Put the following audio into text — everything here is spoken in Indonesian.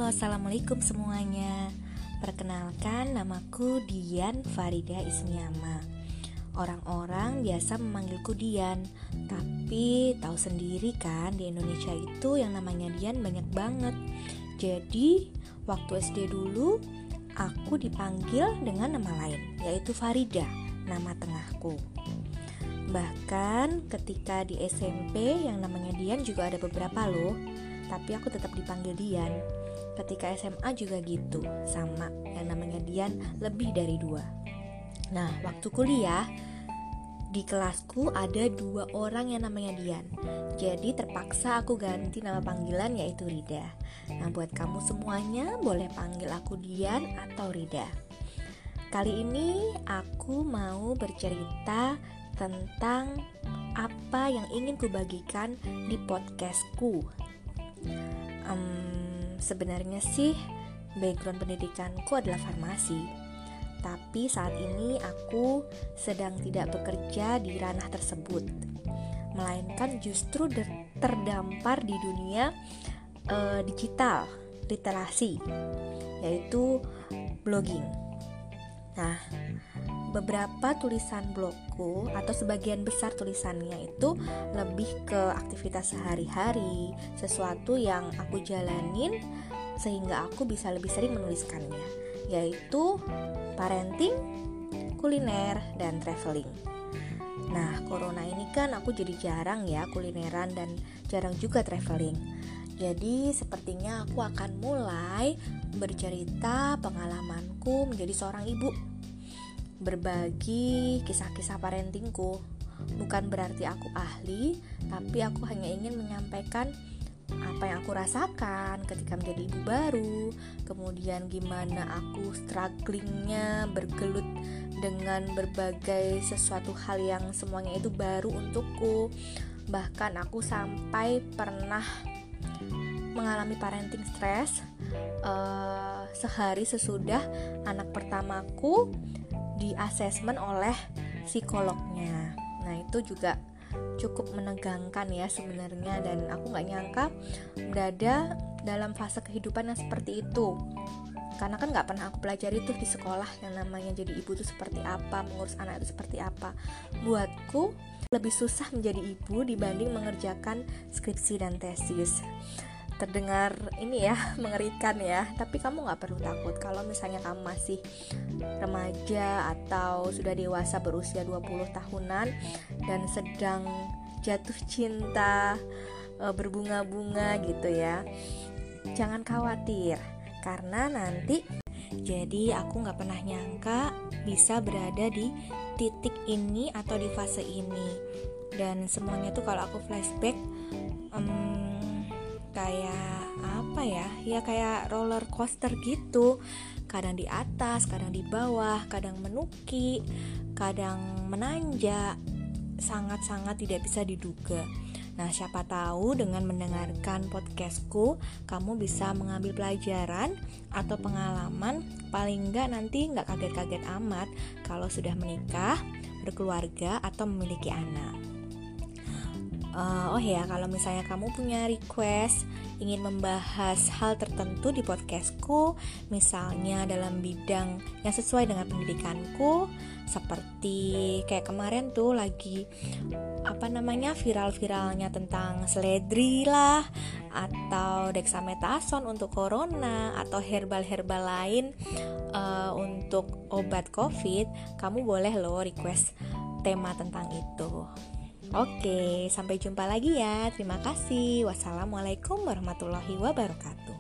Assalamualaikum semuanya. Perkenalkan, namaku Dian Farida Ismiama. Orang-orang biasa memanggilku Dian, tapi tahu sendiri kan, di Indonesia itu yang namanya Dian banyak banget. Jadi, waktu SD dulu, aku dipanggil dengan nama lain, yaitu Farida, nama tengahku. Bahkan ketika di SMP yang namanya Dian juga ada beberapa loh, tapi aku tetap dipanggil Dian. Ketika SMA juga gitu, sama yang namanya Dian lebih dari 2. Nah, waktu kuliah di kelasku ada 2 orang yang namanya Dian. Jadi terpaksa aku ganti nama panggilan yaitu Rida. Nah, buat kamu semuanya boleh panggil aku Dian atau Rida. Kali ini aku mau bercerita tentang apa yang ingin kubagikan di podcastku. Sebenarnya sih background pendidikanku adalah farmasi, tapi saat ini aku sedang tidak bekerja di ranah tersebut, melainkan justru terdampar di dunia digital literasi, yaitu blogging. Nah, beberapa tulisan blogku atau sebagian besar tulisannya itu lebih ke aktivitas sehari-hari, sesuatu yang aku jalanin sehingga aku bisa lebih sering menuliskannya, yaitu parenting, kuliner, dan traveling. Nah, corona ini kan aku jadi jarang ya kulineran dan jarang juga traveling. Jadi sepertinya aku akan mulai bercerita pengalamanku menjadi seorang ibu, berbagi kisah-kisah parentingku. Bukan berarti aku ahli, tapi aku hanya ingin menyampaikan apa yang aku rasakan ketika menjadi ibu baru, kemudian gimana aku strugglingnya bergelut dengan berbagai sesuatu hal yang semuanya itu baru untukku. Bahkan aku sampai pernah mengalami parenting stress sehari sesudah anak pertamaku di asesmen oleh psikolognya. Nah, itu juga cukup menegangkan ya sebenarnya, dan aku gak nyangka berada dalam fase kehidupan yang seperti itu. Karena kan gak pernah aku pelajari tuh di sekolah yang namanya jadi ibu itu seperti apa, mengurus anak itu seperti apa. Buatku lebih susah menjadi ibu dibanding mengerjakan skripsi dan tesis. Terdengar ini ya, mengerikan ya, tapi kamu gak perlu takut. Kalau misalnya kamu masih remaja atau sudah dewasa berusia 20 tahunan dan sedang jatuh cinta, berbunga-bunga gitu ya, jangan khawatir, karena nanti jadi aku gak pernah nyangka bisa berada di titik ini atau di fase ini. Dan semuanya tuh kalau aku flashback kayak apa ya? Ya kayak roller coaster gitu. Kadang di atas, kadang di bawah, kadang menuki, kadang menanjak. Sangat-sangat tidak bisa diduga. Nah, siapa tahu dengan mendengarkan podcastku, kamu bisa mengambil pelajaran atau pengalaman. Paling enggak nanti enggak kaget-kaget amat kalau sudah menikah, berkeluarga, atau memiliki anak. Kalau misalnya kamu punya request ingin membahas hal tertentu di podcastku, misalnya dalam bidang yang sesuai dengan pendidikanku, seperti kayak kemarin tuh lagi viral-viralnya tentang seledri lah, atau dexamethasone untuk corona, atau herbal-herbal lain untuk obat COVID, kamu boleh loh request tema tentang itu. Oke, sampai jumpa lagi ya. Terima kasih. Wassalamualaikum warahmatullahi wabarakatuh.